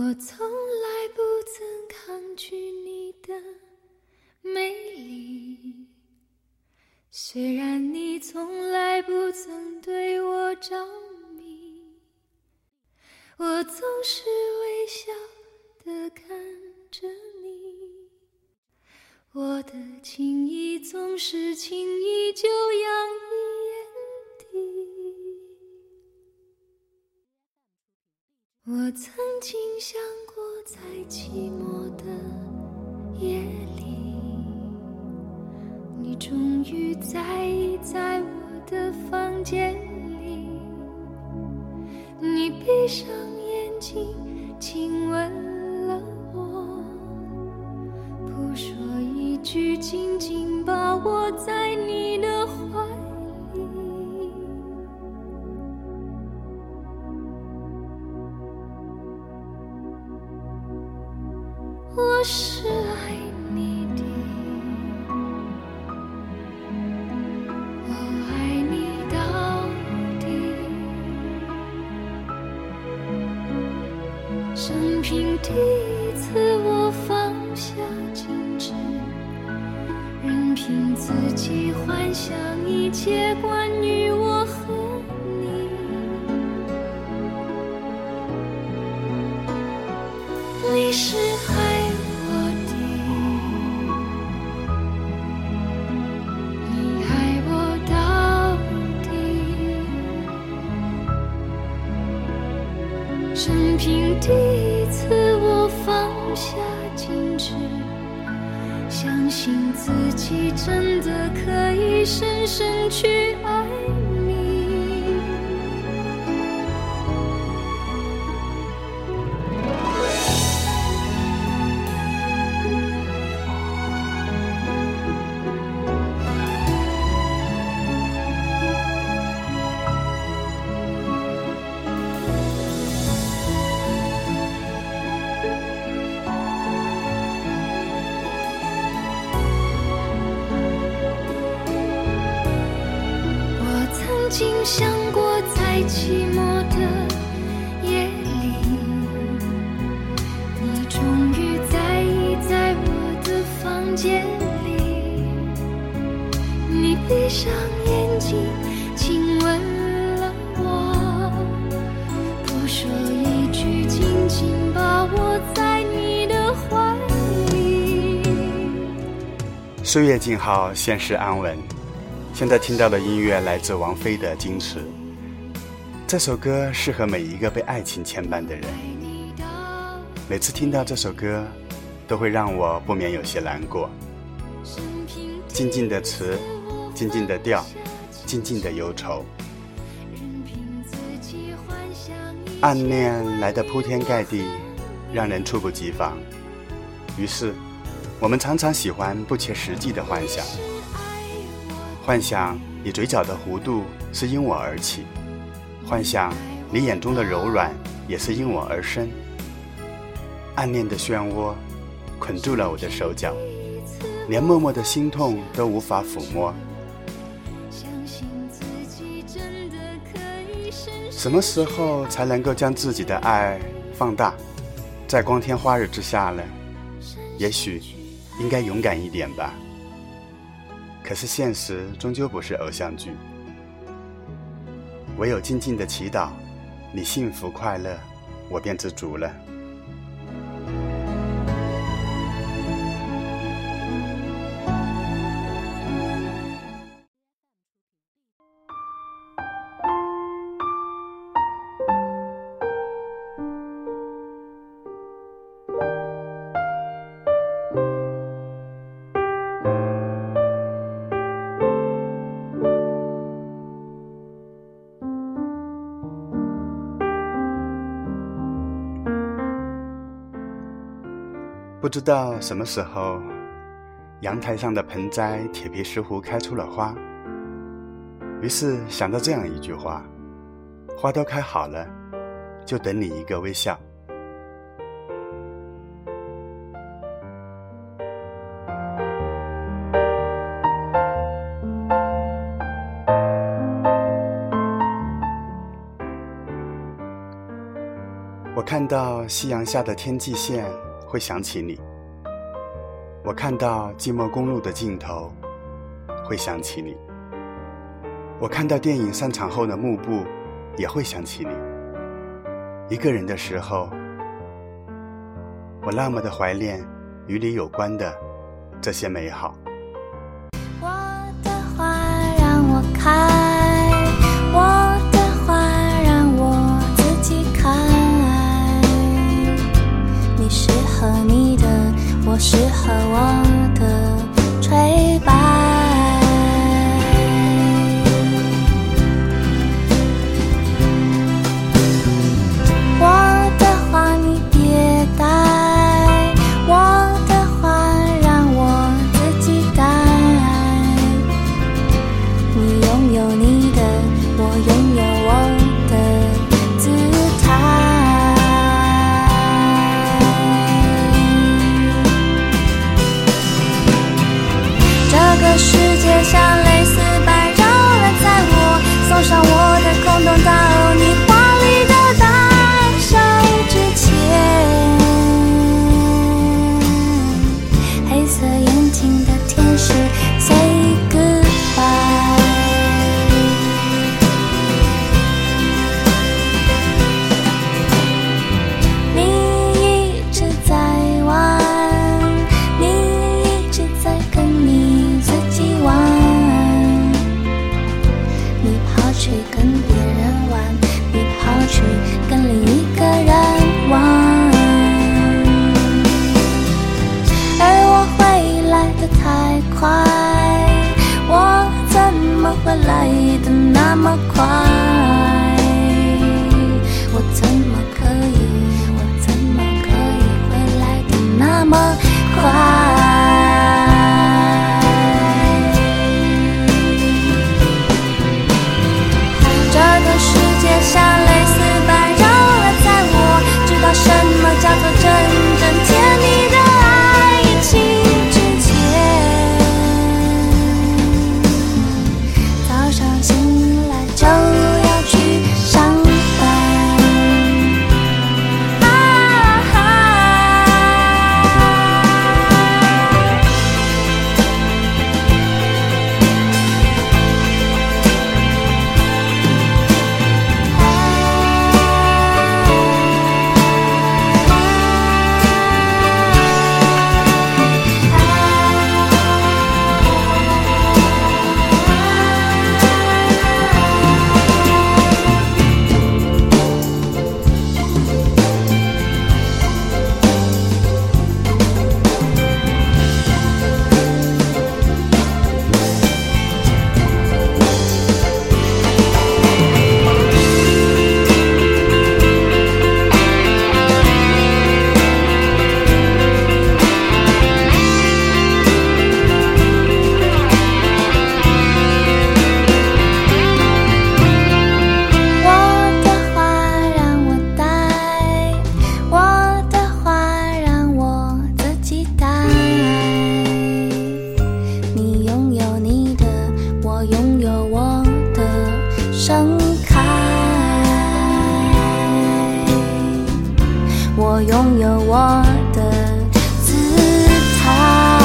我从来不曾抗拒你的美丽，虽然你从来不曾对我着迷，我总是微笑地看着你，我的情意总是轻易就洋溢眼底。我曾经想过，在寂寞的夜里，你终于在意在我的房间里，你闭上眼睛亲吻了我，不说一句，紧紧把我在你的怀里。我是爱你的，我爱你到底。生平第一次我放下矜持，任凭自己幻想一切关于我和你。你是爱我的，你爱我到底。生平第一次我放下矜持，相信自己真的可以深深去爱你。曾经想过，在寂寞的夜里，你终于在意在我的房间里，你闭上眼睛亲吻了我，不说一句，紧紧把我在你的怀里。 岁月静好，现世安稳。现在听到的音乐来自王菲的《矜持》，这首歌适合每一个被爱情牵绊的人。每次听到这首歌，都会让我不免有些难过。静静的词，静静的调，静静的忧愁。暗恋来得铺天盖地，让人猝不及防。于是，我们常常喜欢不切实际的幻想。幻想你嘴角的弧度是因我而起，幻想你眼中的柔软也是因我而生。暗恋的漩涡捆住了我的手脚，连默默的心痛都无法抚摸。什么时候才能够将自己的爱放大，在光天化日之下呢？也许应该勇敢一点吧。可是现实终究不是偶像剧，唯有静静的祈祷，你幸福快乐，我便知足了。不知道什么时候，阳台上的盆栽铁皮石斛开出了花，于是想到这样一句话：花都开好了，就等你一个微笑。我看到夕阳下的天际线，会想起你；我看到寂寞公路的尽头，会想起你；我看到电影散场后的幕布，也会想起你。一个人的时候，我那么的怀念与你有关的这些美好。 我的花让我开，我的花让我自己开，你适合你的，我适合我的吹白。我的花你别带，我的花让我自己带，你拥有你的，我拥有我的姿态。这个世界像蕾丝般绕来在我，送上我的空洞到你华丽的大笑之前。黑色眼睛的天使 say goodbye。你一直在玩，你一直在跟你自己玩，你跑去跟别人玩，你跑去跟另一个人玩。而我会来得太快，我怎么会来得那么快？我怎么可以会来得那么快？这个世界像蕾丝般绕来在我，知道什么叫做真正甜蜜的爱情之前，早上醒来就要去上班。我拥有我的姿态。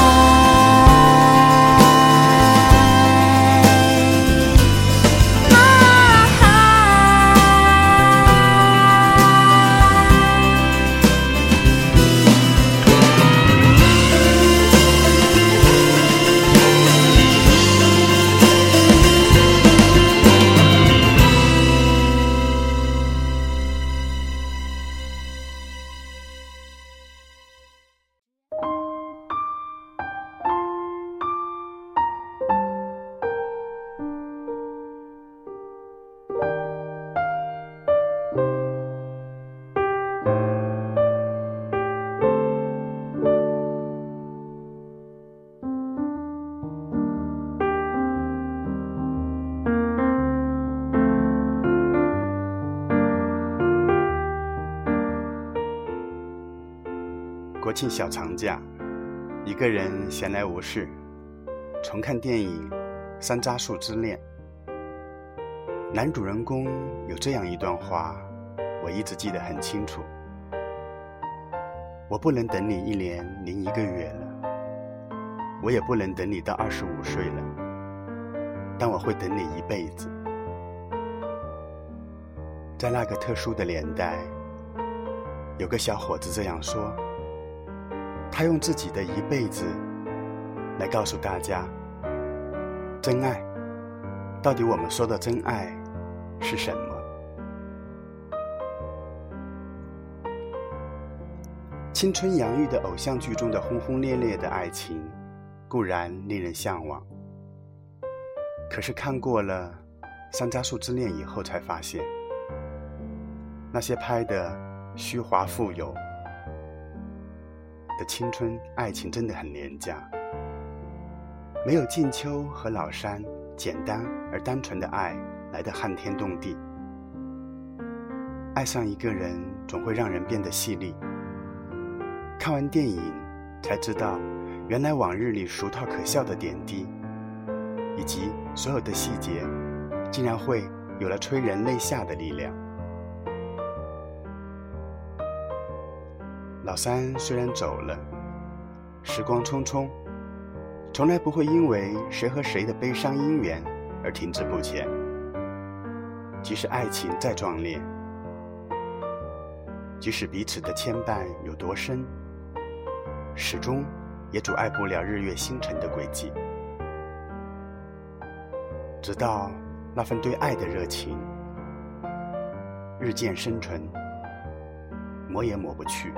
国庆小长假，一个人闲来无事，重看电影《山楂树之恋》。男主人公有这样一段话，我一直记得很清楚。 我不能等你1年001个月了，我也不能等你到25岁了，但我会等你一辈子。在那个特殊的年代，有个小伙子这样说，他用自己的一辈子来告诉大家，真爱，到底我们说的真爱是什么？青春洋溢的偶像剧中的轰轰烈烈的爱情固然令人向往，可是看过了《三家树之恋》以后才发现，那些拍的虚华富有的青春爱情真的很廉价，没有静秋和老山简单而单纯的爱来得撼天动地。爱上一个人总会让人变得细腻，看完电影才知道，原来往日里俗套可笑的点滴以及所有的细节，竟然会有了催人泪下的力量。老三虽然走了，时光匆匆，从来不会因为谁和谁的悲伤姻缘而停滞不前。即使爱情再壮烈，即使彼此的牵绊有多深，始终也阻碍不了日月星辰的轨迹。直到那份对爱的热情日渐深沉，抹也抹不去。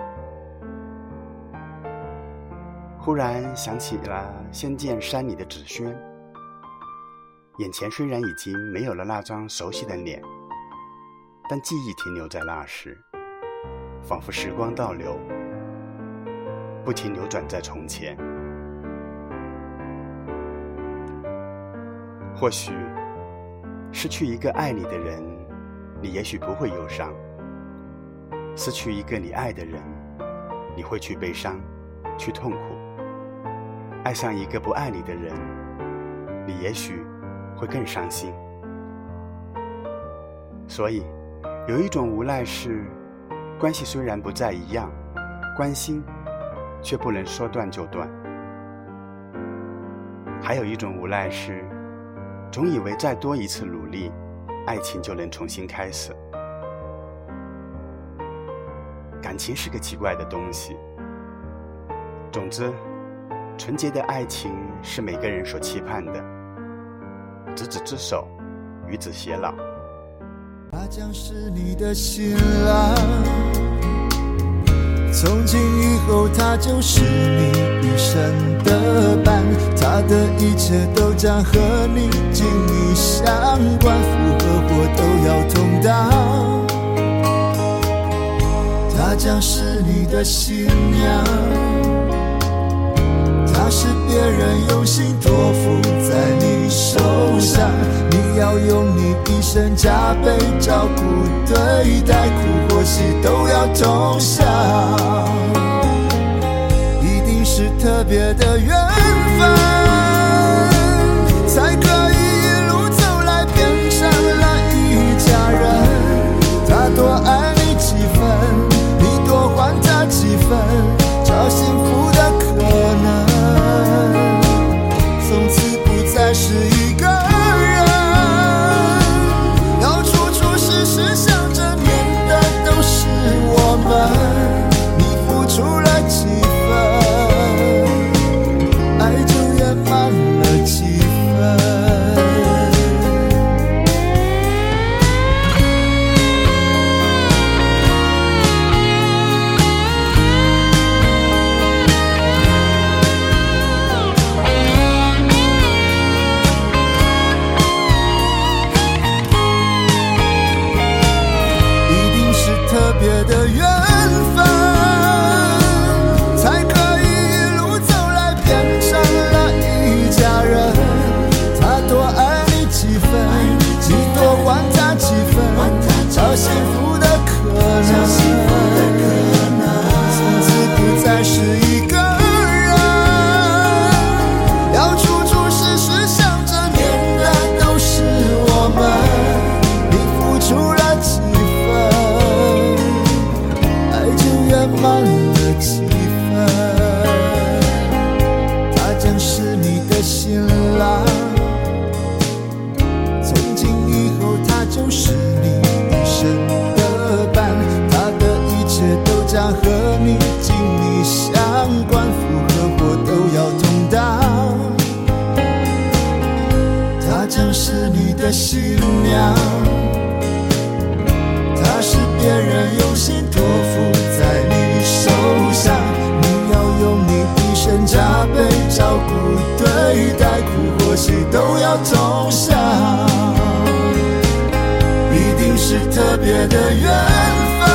忽然想起了仙剑山里的紫萱，眼前虽然已经没有了那张熟悉的脸，但记忆停留在那时，仿佛时光倒流，不停流转在从前。或许失去一个爱你的人，你也许不会忧伤；失去一个你爱的人，你会去悲伤，去痛苦；爱上一个不爱你的人，你也许会更伤心。所以有一种无奈是，关系虽然不再一样，关心却不能说断就断。还有一种无奈是，总以为再多一次努力，爱情就能重新开始。感情是个奇怪的东西，总之纯洁的爱情是每个人所期盼的，执子之手，与子偕老。 他将是你的新郎，从今以后他就是你一生的伴，他的一切都将和你紧密相关，福和祸都要同当。他将是你的新娘，他是别人用心托付在你手上，你要用你一生加倍照顾对待，苦或喜都要同享，一定是特别的缘分，才可以一路走来变成了一家人。他多爱你几分，你多还他几分，找幸福的可能，从此不再是一个人，要处处时时想着念的都是我们，你付出了几分，爱就圆满了几分。别的缘分，才可以一路走来变成了一家人。他多爱你几分，你多还他几分，找幸福的可能，从此不再是一个人，要处处时时想着念的都是我们，你付出了几分，圆满了几和你紧密相关，福和祸都要同当。她将是你的新娘，她是别人用心托付在你手上，你要用你一生加倍照顾对待，苦或喜都要同享，一定是特别的缘分，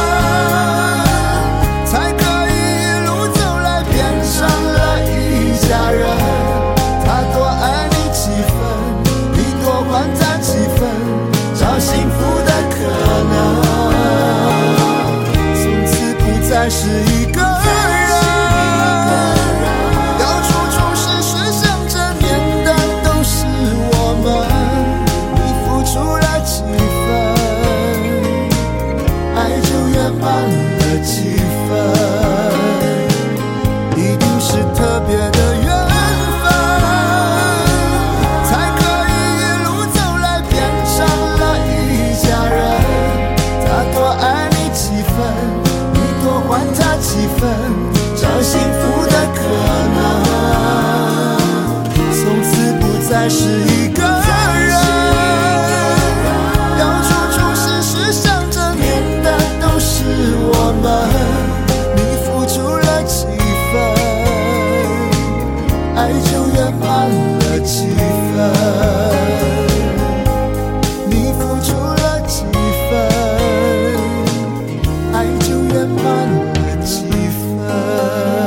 才可以一路走来变成了一家人。他多爱你几分，你多还他几分，找幸福的可能，从此不再是一个人，要处处事事想着念的都是我们，你付出了几分，爱就圆满了几分，一定是特别的缘分，才可以一路走来变成了一家人。他多爱你几分，你多还他几分，找幸福的可能，从此不再是一个人，要处处事事想着念的都是我们，你付出了几分，爱就圆满了几分，你付出了几分，爱就圆满了几分。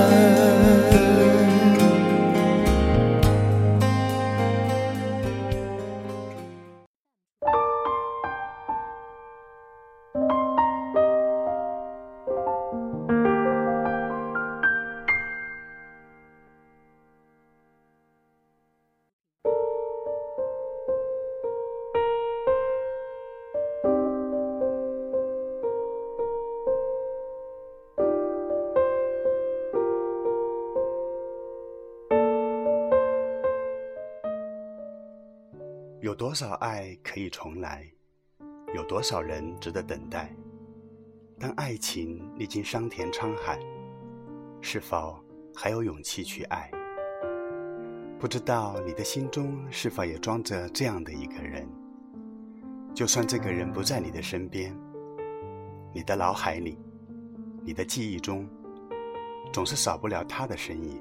有多少爱可以重来？有多少人值得等待？当爱情历经桑田沧海，是否还有勇气去爱？不知道你的心中是否也装着这样的一个人，就算这个人不在你的身边，你的脑海里，你的记忆中，总是少不了他的身影。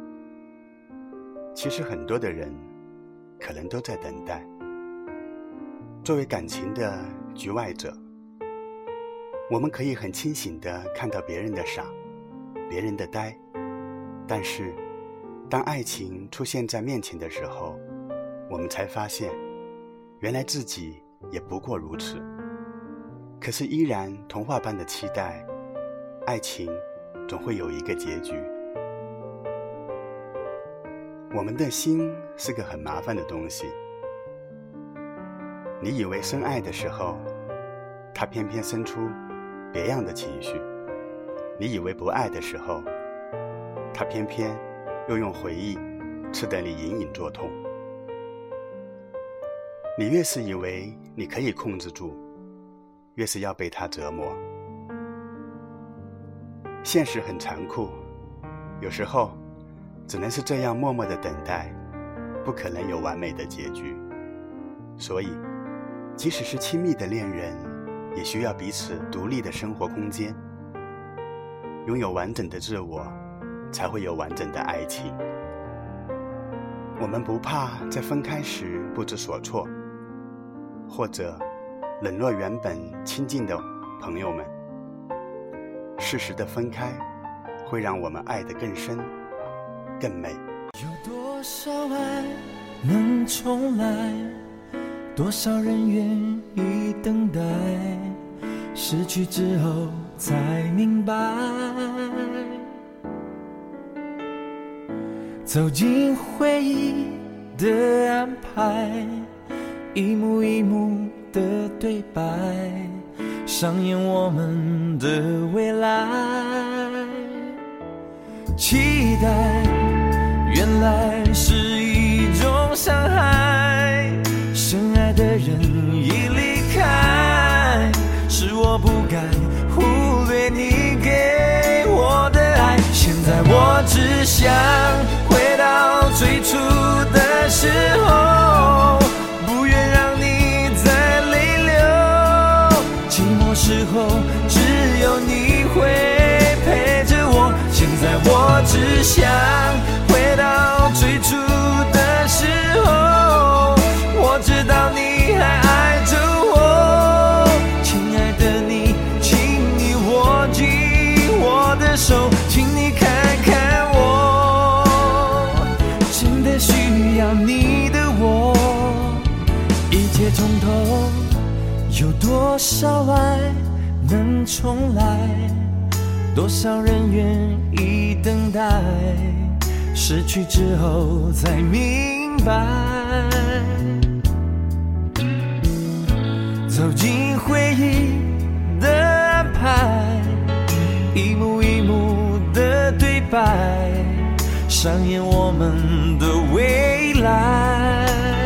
其实很多的人可能都在等待。作为感情的局外者，我们可以很清醒地看到别人的傻，别人的呆，但是当爱情出现在面前的时候，我们才发现原来自己也不过如此。可是依然童话般的期待，爱情总会有一个结局。我们的心是个很麻烦的东西，你以为深爱的时候，它偏偏生出别样的情绪；你以为不爱的时候，它偏偏又用回忆刺得你隐隐作痛。你越是以为你可以控制住，越是要被它折磨。现实很残酷，有时候只能是这样默默的等待，不可能有完美的结局。所以即使是亲密的恋人，也需要彼此独立的生活空间，拥有完整的自我，才会有完整的爱情。我们不怕在分开时不知所措，或者冷落原本亲近的朋友们。适时的分开，会让我们爱得更深更美。 有多少爱能重来？多少人愿意等待？失去之后才明白，走进回忆的安排，一幕一幕的对白，上演我们的未来。期待原来是一种伤害，深爱的人已离开，是我不该忽略你给我爱，现在我只想回到最初的时候，不愿让你再泪流。寂寞时候只有你会陪着我，现在我只想回到最初的时候，我知道你还爱着我，亲爱的你，请你握紧我的手，请你看看我，真的需要你的我，一切从头，有多少爱能重来，多少人愿意等待，失去之后才明白，走进回忆的安排，一幕一幕的对白，上演我们的未来。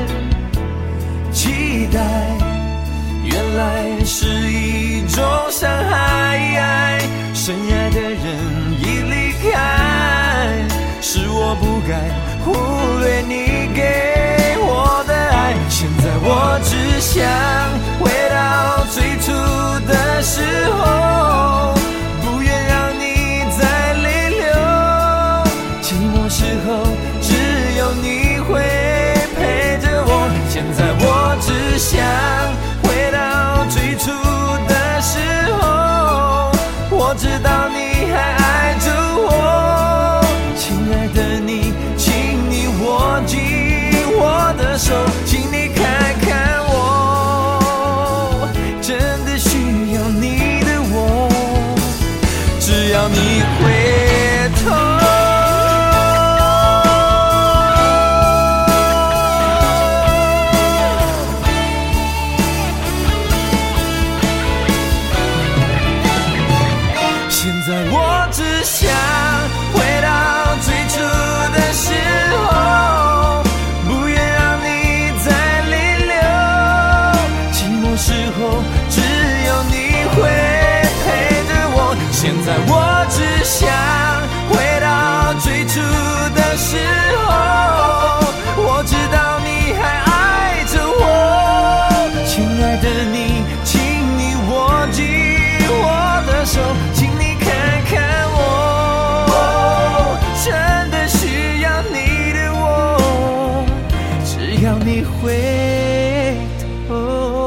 期待原来是一种伤害，深爱的人已离开，是我不该忽略你给我的爱，现在我只想回到最初的时候，不愿让你再泪流，寂寞时候只有你会陪着我，现在我只想回到最初的时候，我知道你还爱着我，亲爱的你，请你握紧我的手，请你看看我，真的需要你的我，只要你回头。现在我只想回到最初的时候，不愿让你再泪流，寂寞时候只有你会陪着我，现在我只想回到最初的时候，我知道你还爱着我，亲爱的你，请你握紧我的手，请你看看我，真的需要你的我，只要你回头。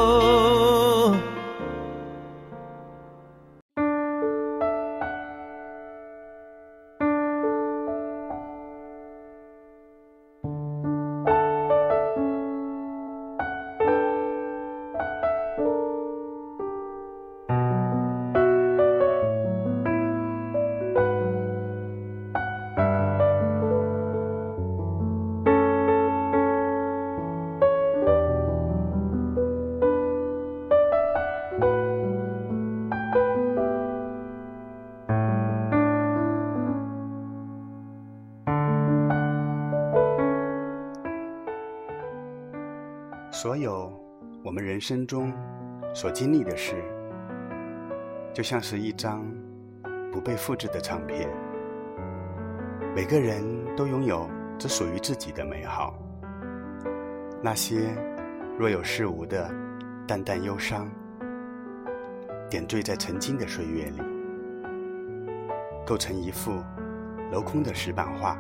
所有我们人生中所经历的事，就像是一张不被复制的唱片，每个人都拥有只属于自己的美好。那些若有似无的淡淡忧伤，点缀在曾经的岁月里，构成一幅镂空的石板画，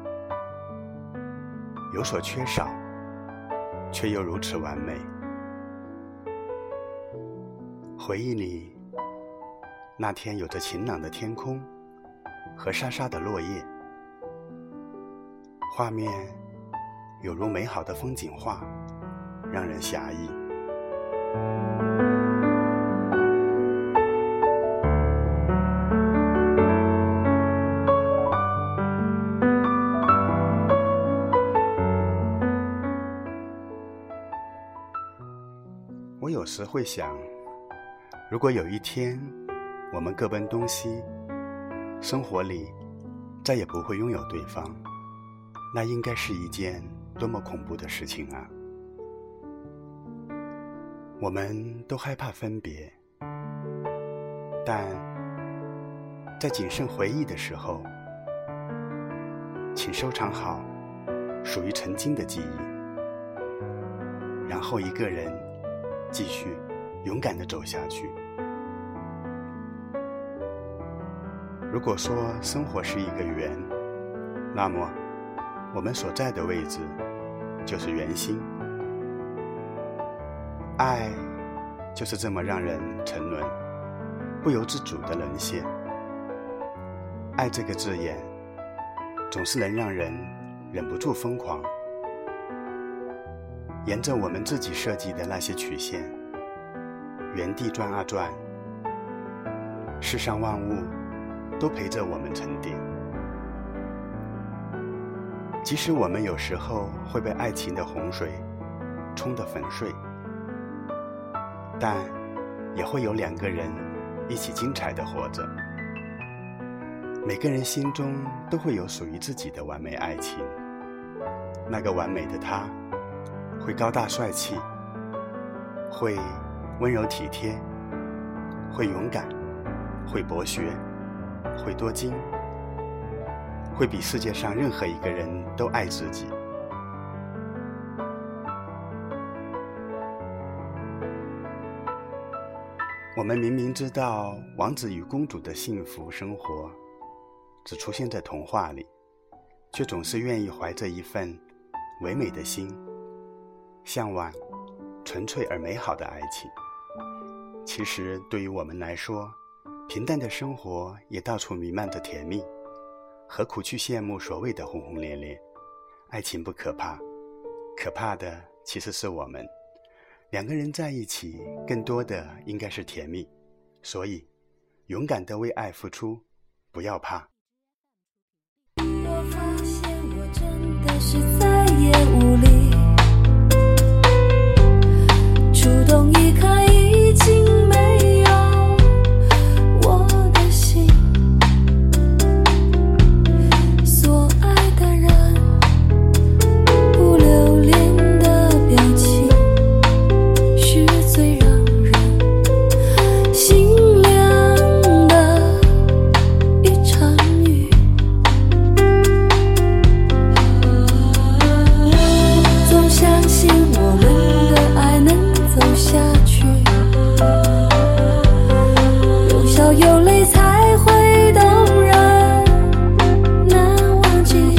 有所缺少，却又如此完美。回忆里，那天有着晴朗的天空和沙沙的落叶，画面有如美好的风景画，让人遐意。我有时会想，如果有一天我们各奔东西，生活里再也不会拥有对方，那应该是一件多么恐怖的事情啊！我们都害怕分别，但在谨慎回忆的时候，请收藏好属于曾经的记忆，然后一个人继续勇敢地走下去。如果说生活是一个圆，那么我们所在的位置就是圆心。爱就是这么让人沉沦，不由自主地沦陷。爱这个字眼总是能让人忍不住疯狂，沿着我们自己设计的那些曲线原地转啊转，世上万物都陪着我们沉淀。即使我们有时候会被爱情的洪水冲得粉碎，但也会有两个人一起精彩地活着。每个人心中都会有属于自己的完美爱情，那个完美的他会高大帅气，会温柔体贴，会勇敢，会博学，会多金，会比世界上任何一个人都爱自己。我们明明知道王子与公主的幸福生活只出现在童话里，却总是愿意怀着一份唯美的心，向往纯粹而美好的爱情。其实对于我们来说，平淡的生活也到处弥漫着甜蜜，何苦去羡慕所谓的轰轰烈烈？爱情不可怕，可怕的其实是我们。两个人在一起，更多的应该是甜蜜，所以勇敢地为爱付出，不要怕。 我发现我真的是再也无力触动一颗已经没有我的心，所爱的人不留恋的表情是最让人心凉的一场雨。总相信我们的爱能走下去，有笑有泪才会动人，难忘记。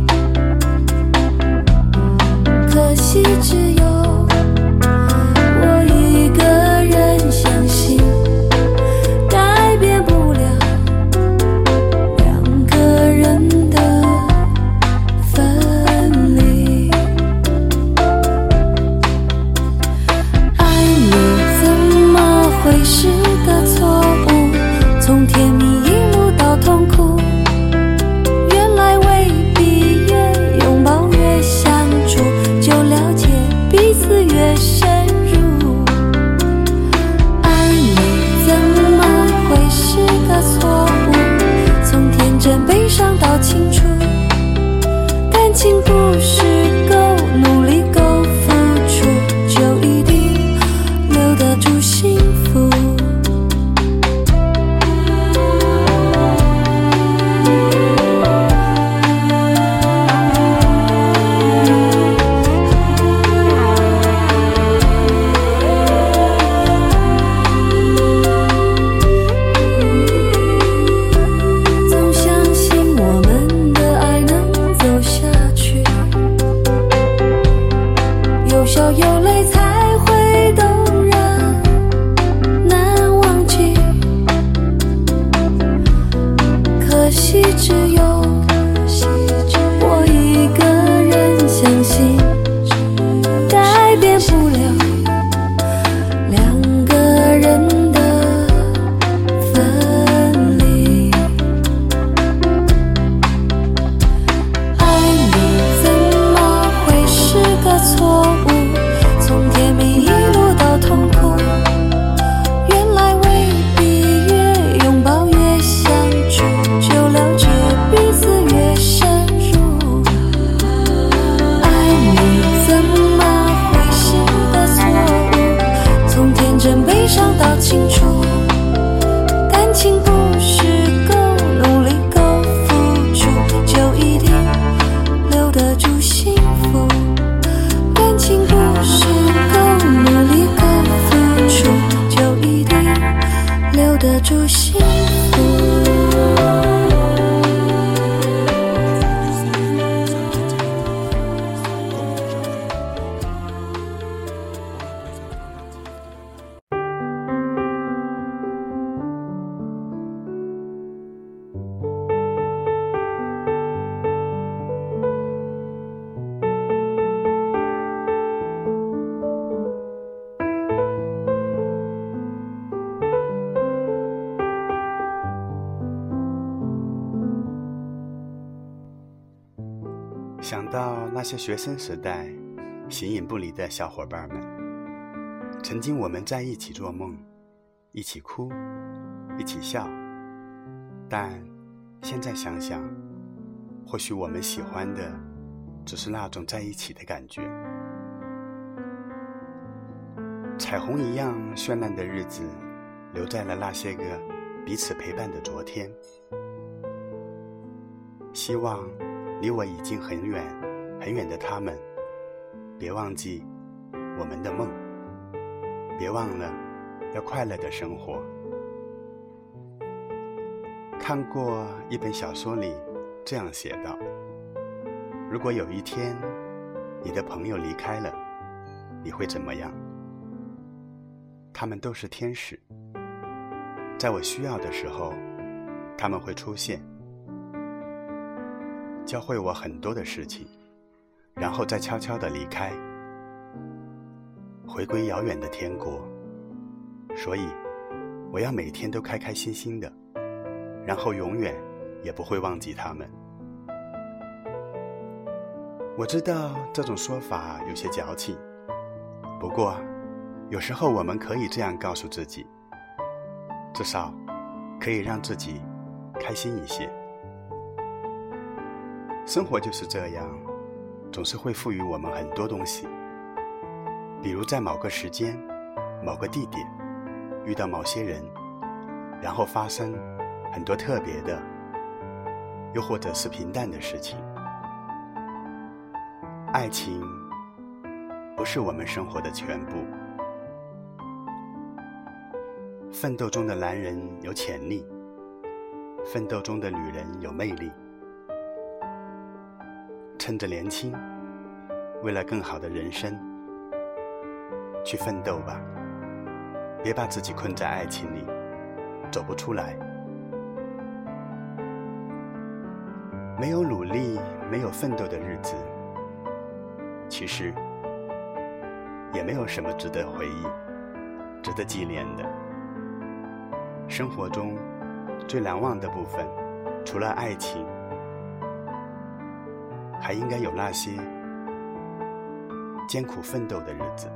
可惜只有我一个人相信，改变不了两个人的分离。爱你怎么会是个错误？从甜蜜一路到痛苦，原来未必越拥抱越相处，就了解彼此越深入。爱你怎么会是个错误？从天真悲伤到清楚，感情不是够努力够付出，就一定留得住幸福。总相信我们的爱能走下去，有笑有泪才会动人，难忘记。可惜只有我一个人相信，改变不了两个人的分离。爱你怎么会是个错误？从甜蜜一路到痛苦，原来未必越拥抱越相处，就了解彼此想到那些学生时代形影不离的小伙伴们，曾经我们在一起做梦，一起哭，一起笑，但现在想想，或许我们喜欢的只是那种在一起的感觉。彩虹一样绚烂的日子留在了那些个彼此陪伴的昨天。希望离我已经很远很远的他们，别忘记我们的梦，别忘了要快乐的生活。看过一本小说里这样写道，如果有一天你的朋友离开了，你会怎么样？他们都是天使，在我需要的时候他们会出现，教会我很多的事情，然后再悄悄地离开，回归遥远的天国。所以我要每天都开开心心的，然后永远也不会忘记他们。我知道这种说法有些矫情，不过有时候我们可以这样告诉自己，至少可以让自己开心一些。生活就是这样，总是会赋予我们很多东西，比如在某个时间、某个地点遇到某些人，然后发生很多特别的，又或者是平淡的事情。爱情不是我们生活的全部。奋斗中的男人有潜力，奋斗中的女人有魅力。趁着年轻，为了更好的人生，去奋斗吧，别把自己困在爱情里，走不出来。没有努力，没有奋斗的日子，其实也没有什么值得回忆、值得纪念的。生活中最难忘的部分，除了爱情，还应该有那些艰苦奋斗的日子。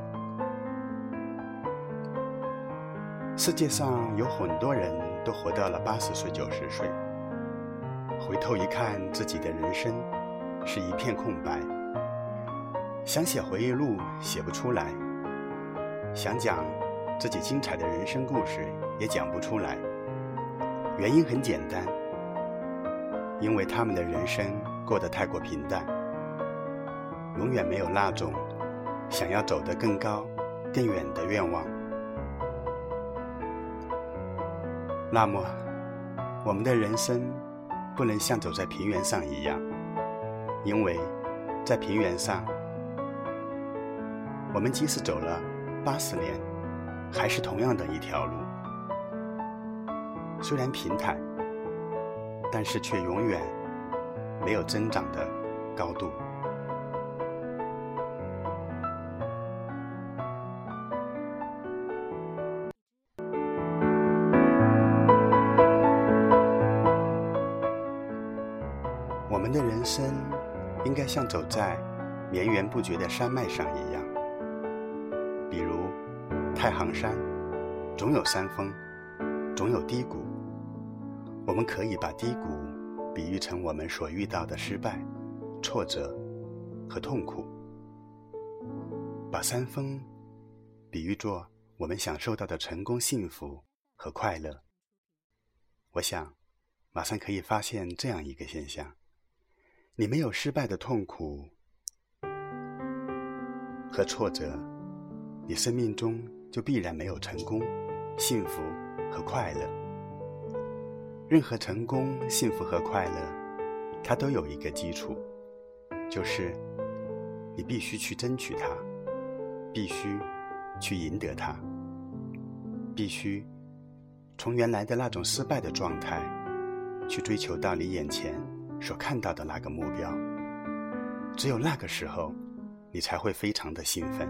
世界上有很多人都活到了80岁、90岁，回头一看，自己的人生是一片空白，想写回忆录写不出来，想讲自己精彩的人生故事也讲不出来。原因很简单，因为他们的人生过得太过平淡，永远没有那种想要走得更高更远的愿望。那么我们的人生不能像走在平原上一样，因为在平原上，我们即使走了80年，还是同样的一条路，虽然平坦，但是却永远没有增长的高度。我们的人生应该像走在绵延不绝的山脉上一样，比如太行山，总有山峰，总有低谷。我们可以把低谷比喻成我们所遇到的失败、挫折和痛苦，把山峰比喻作我们享受到的成功、幸福和快乐。我想马上可以发现这样一个现象，你没有失败的痛苦和挫折，你生命中就必然没有成功、幸福和快乐。任何成功、幸福和快乐，它都有一个基础，就是你必须去争取它，必须去赢得它，必须从原来的那种失败的状态去追求到你眼前所看到的那个目标。只有那个时候，你才会非常的兴奋。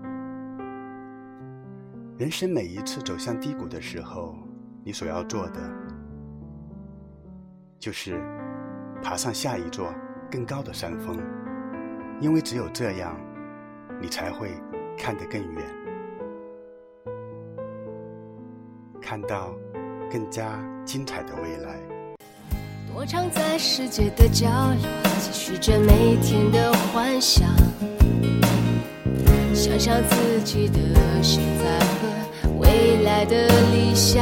人生每一次走向低谷的时候，你所要做的就是爬上下一座更高的山峰，因为只有这样，你才会看得更远，看到更加精彩的未来。 多常在世界的角落，继续着每天的幻想，想象自己的现在和未来的理想。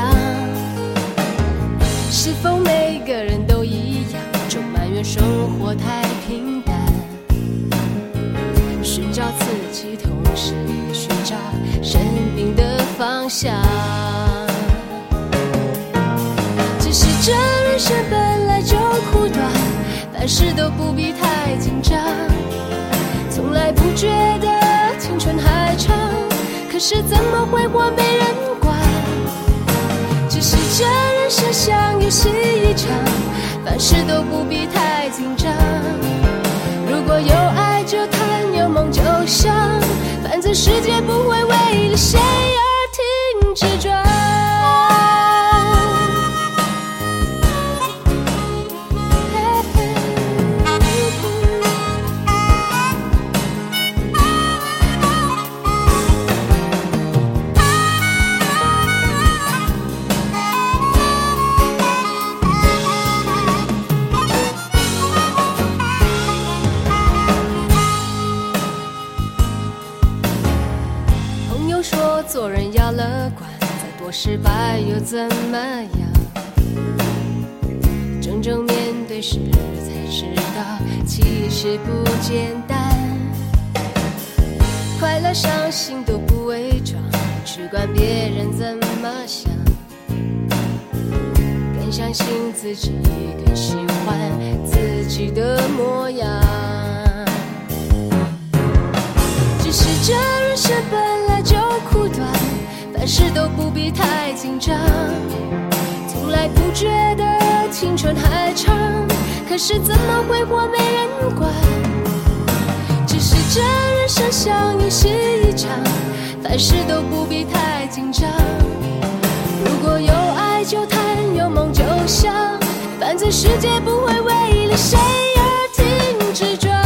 是否每个人都一样，总埋怨生活太平淡，寻找自己，同时寻找生命的方向。只是这人生本来就苦短，凡事都不必太紧张，从来不觉得青春还长，可是怎么挥霍没人管。只是这人生像游戏一场，凡事都不必太紧张，如果有爱就谈，有梦就想，反正世界不会为了谁而停止转。做人要乐观，再多失败又怎么样？真正面对时才知道，其实不简单。快乐伤心都不伪装，去管别人怎么想，更相信自己，更喜欢自己的模样。只是这人生本来就苦短，凡事都不必太紧张，从来不觉得青春还长，可是怎么挥霍没人管。只是这人生像游戏一场，凡事都不必太紧张，如果有爱就谈，有梦就想，反正世界不会为了谁而停止转。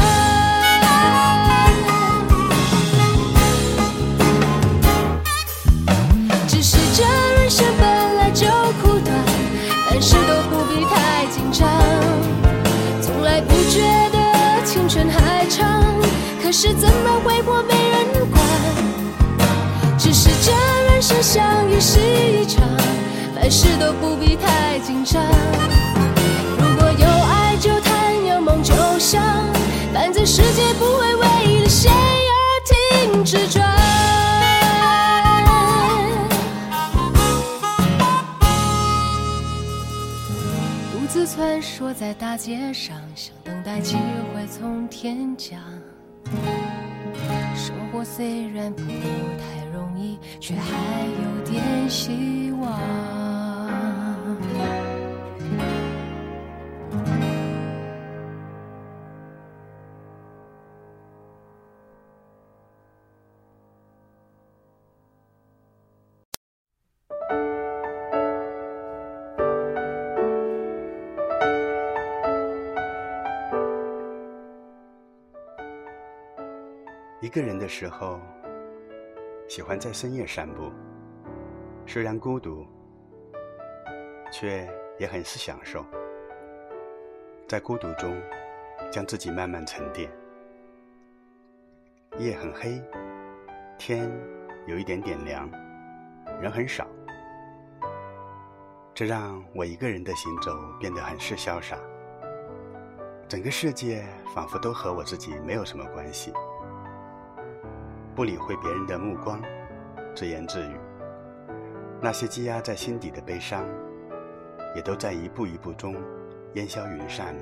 凡事都不必太紧张，从来不觉得青春还长，可是怎么挥霍没人管。只是这人生像游戏一场，凡事都不必太紧张，如果有爱就谈，有梦就想，反正世界不会为了谁而停止转。穿梭在大街上，想等待机会从天降。生活虽然不太容易，却还有点希望。 一个人的时候，喜欢在深夜散步，虽然孤独，却也很是享受。在孤独中，将自己慢慢沉淀。夜很黑，天有一点点凉，人很少，这让我一个人的行走变得很是潇洒。整个世界仿佛都和我自己没有什么关系。不理会别人的目光，自言自语，那些积压在心底的悲伤，也都在一步一步中烟消云散了。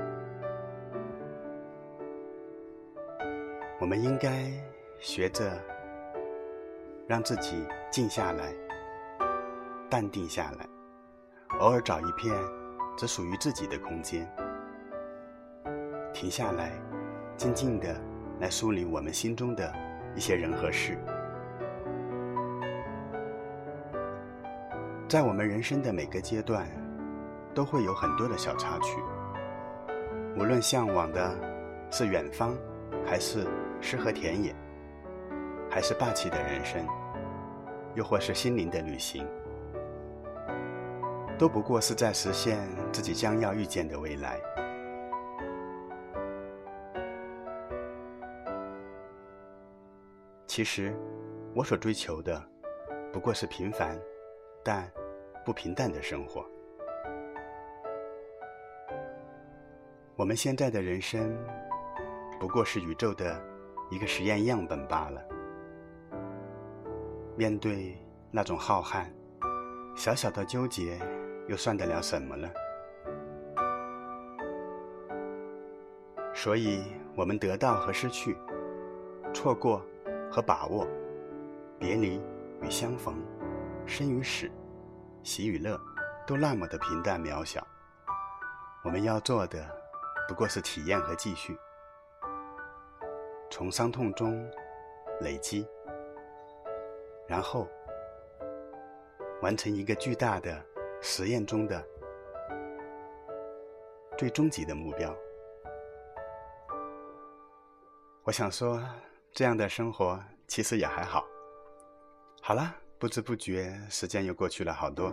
我们应该学着让自己静下来，淡定下来，偶尔找一片只属于自己的空间，停下来，静静地来梳理我们心中的一些人和事。在我们人生的每个阶段，都会有很多的小插曲， 无论向往的是远方，还是诗和田野，还是霸气的人生，又或是心灵的旅行，都不过是在实现自己将要遇见的未来。其实我所追求的不过是平凡但不平淡的生活。我们现在的人生不过是宇宙的一个实验样本罢了。面对那种浩瀚，小小的纠结又算得了什么呢？所以我们得到和失去，错过和把握，别离与相逢，生与死，喜与乐，都那么的平淡渺小。我们要做的不过是体验和继续，从伤痛中累积，然后完成一个巨大的实验中的最终极的目标。我想说，这样的生活其实也还好。好了，不知不觉时间又过去了好多。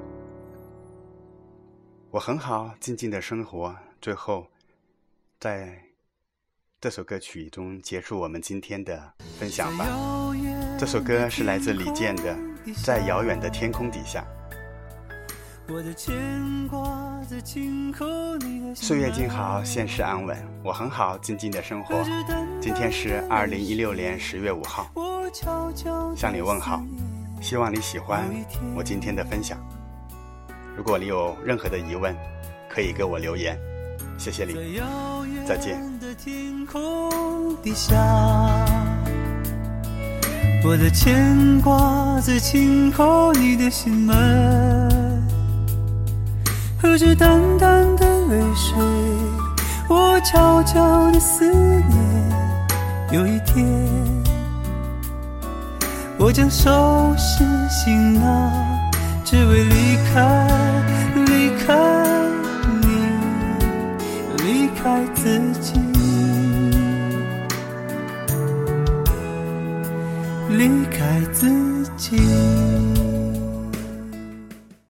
我很好，静静的生活。最后在这首歌曲中结束我们今天的分享吧。这首歌是来自李健的《在遥远的天空底下》。岁月静好，现实安稳，我很好，静静的生活。今天是2016年10月5号，向你问好，希望你喜欢我今天的分享。如果你有任何的疑问，可以给我留言，谢谢你，再见。我的牵挂在轻叩你的心门，和着淡淡的泪水，我悄悄的思念。有一天，我将收拾行囊，只为离开你，离开自己，离开自己。